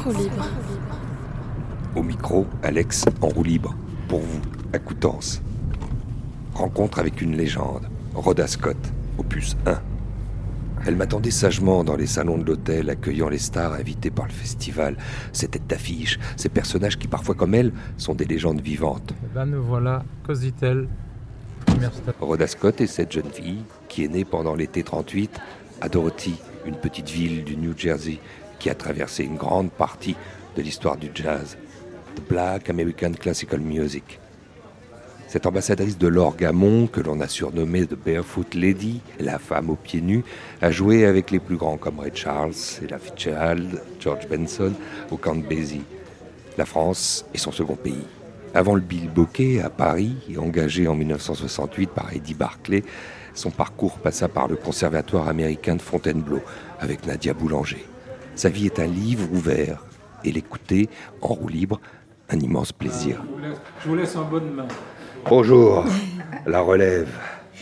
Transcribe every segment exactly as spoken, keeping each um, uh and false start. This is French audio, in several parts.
roue libre. Au micro, Alex en roue libre. Pour vous, à Coutances. Rencontre avec une légende, Rhoda Scott, opus un. Elle m'attendait sagement dans les salons de l'hôtel, accueillant les stars invitées par le festival. Ces têtes d'affiche, ces personnages qui, parfois comme elle, sont des légendes vivantes. Et ben nous voilà, Cositel. Rhoda Scott est cette jeune fille qui est née pendant l'été trente-huit à Dorothy, une petite ville du New Jersey qui a traversé une grande partie de l'histoire du jazz, the Black American Classical Music. Cette ambassadrice de l'orgamon, que l'on a surnommée The Barefoot Lady, la femme aux pieds nus, a joué avec les plus grands comme Ray Charles, Ella Fitzgerald, George Benson ou Count Basie. La France est son second pays. Avant le bilboquet à Paris, engagé en dix-neuf cent soixante-huit par Eddie Barclay, son parcours passa par le Conservatoire américain de Fontainebleau avec Nadia Boulanger. Sa vie est un livre ouvert et l'écouter en roue libre, un immense plaisir. Je vous laisse, je vous laisse en bonne main. Bonjour, la relève.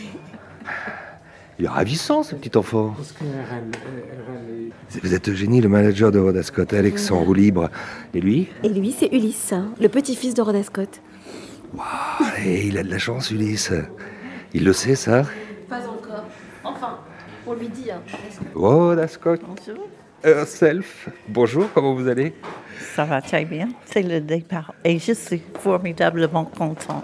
Il est ravissant ce petit enfant. Parce qu'elle, elle, elle est... Vous êtes Eugénie, le manager de Rhoda Scott, Alex en roue libre. Et lui ? Et lui, c'est Ulysse, le petit-fils de Rhoda Scott. Waouh, et il a de la chance, Ulysse. Il le sait, ça ? Pas encore. Enfin, on lui dit. Hein. Rhoda Scott. Bonjour. Herself. Bonjour, comment vous allez ? Ça va très bien. C'est le départ. Et je suis formidablement content.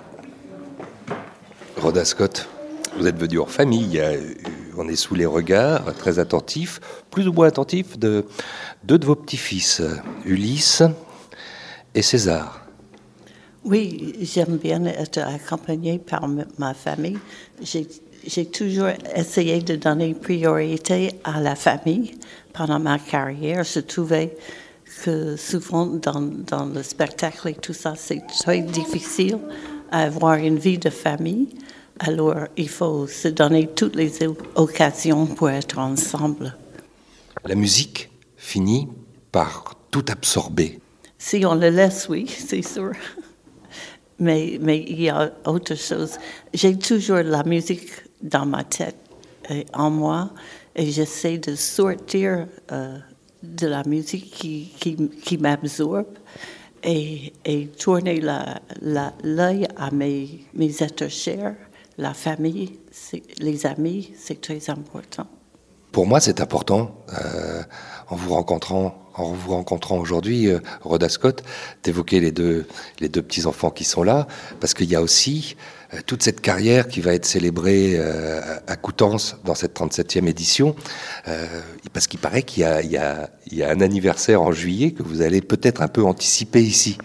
Rhoda Scott, vous êtes venu en famille. On est sous les regards très attentifs, plus ou moins attentifs, de deux de vos petits-fils, Ulysse et César. Oui, j'aime bien être accompagnée par m- ma famille. J'ai, j'ai toujours essayé de donner priorité à la famille pendant ma carrière. Je trouvais que souvent dans, dans le spectacle et tout ça, c'est très difficile d'avoir une vie de famille. Alors, il faut se donner toutes les occasions pour être ensemble. La musique finit par tout absorber. Si on le laisse, oui, c'est sûr. Mais, mais il y a autre chose. J'ai toujours la musique dans ma tête et en moi, et j'essaie de sortir euh, de la musique qui, qui, qui m'absorbe et, et tourner la, la, l'œil à mes, mes êtres chers. La famille, c'est, les amis, c'est très important. Pour moi, c'est important, euh, en vous rencontrant, en vous rencontrant aujourd'hui, euh, Rhoda Scott, d'évoquer les deux, les deux petits-enfants qui sont là, parce qu'il y a aussi euh, toute cette carrière qui va être célébrée euh, à Coutances dans cette trente-septième édition, euh, parce qu'il paraît qu'il y a, il y a, il y a un anniversaire en juillet que vous allez peut-être un peu anticiper ici.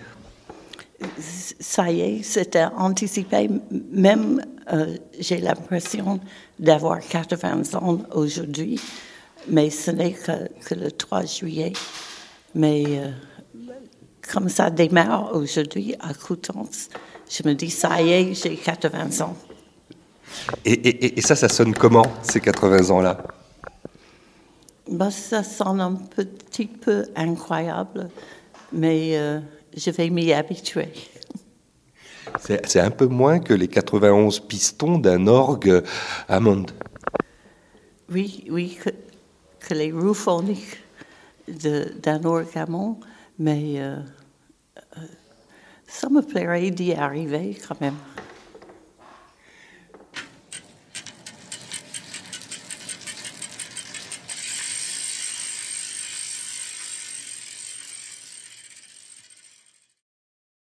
Ça y est, c'était anticipé. Même, euh, j'ai l'impression d'avoir quatre-vingts ans aujourd'hui, mais ce n'est que, que le trois juillet. Mais euh, comme ça démarre aujourd'hui à Coutances, je me dis, ça y est, j'ai quatre-vingts ans. Et, et, et ça, ça sonne comment, ces quatre-vingts ans-là ? Ben, ça sonne un petit peu incroyable, mais euh, je vais m'y habituer. C'est, c'est un peu moins que les quatre-vingt-onze pistons d'un orgue Hammond. Oui, oui, que, que les roues phoniques de, d'un orgue Hammond, mais euh, euh, ça me plairait d'y arriver quand même.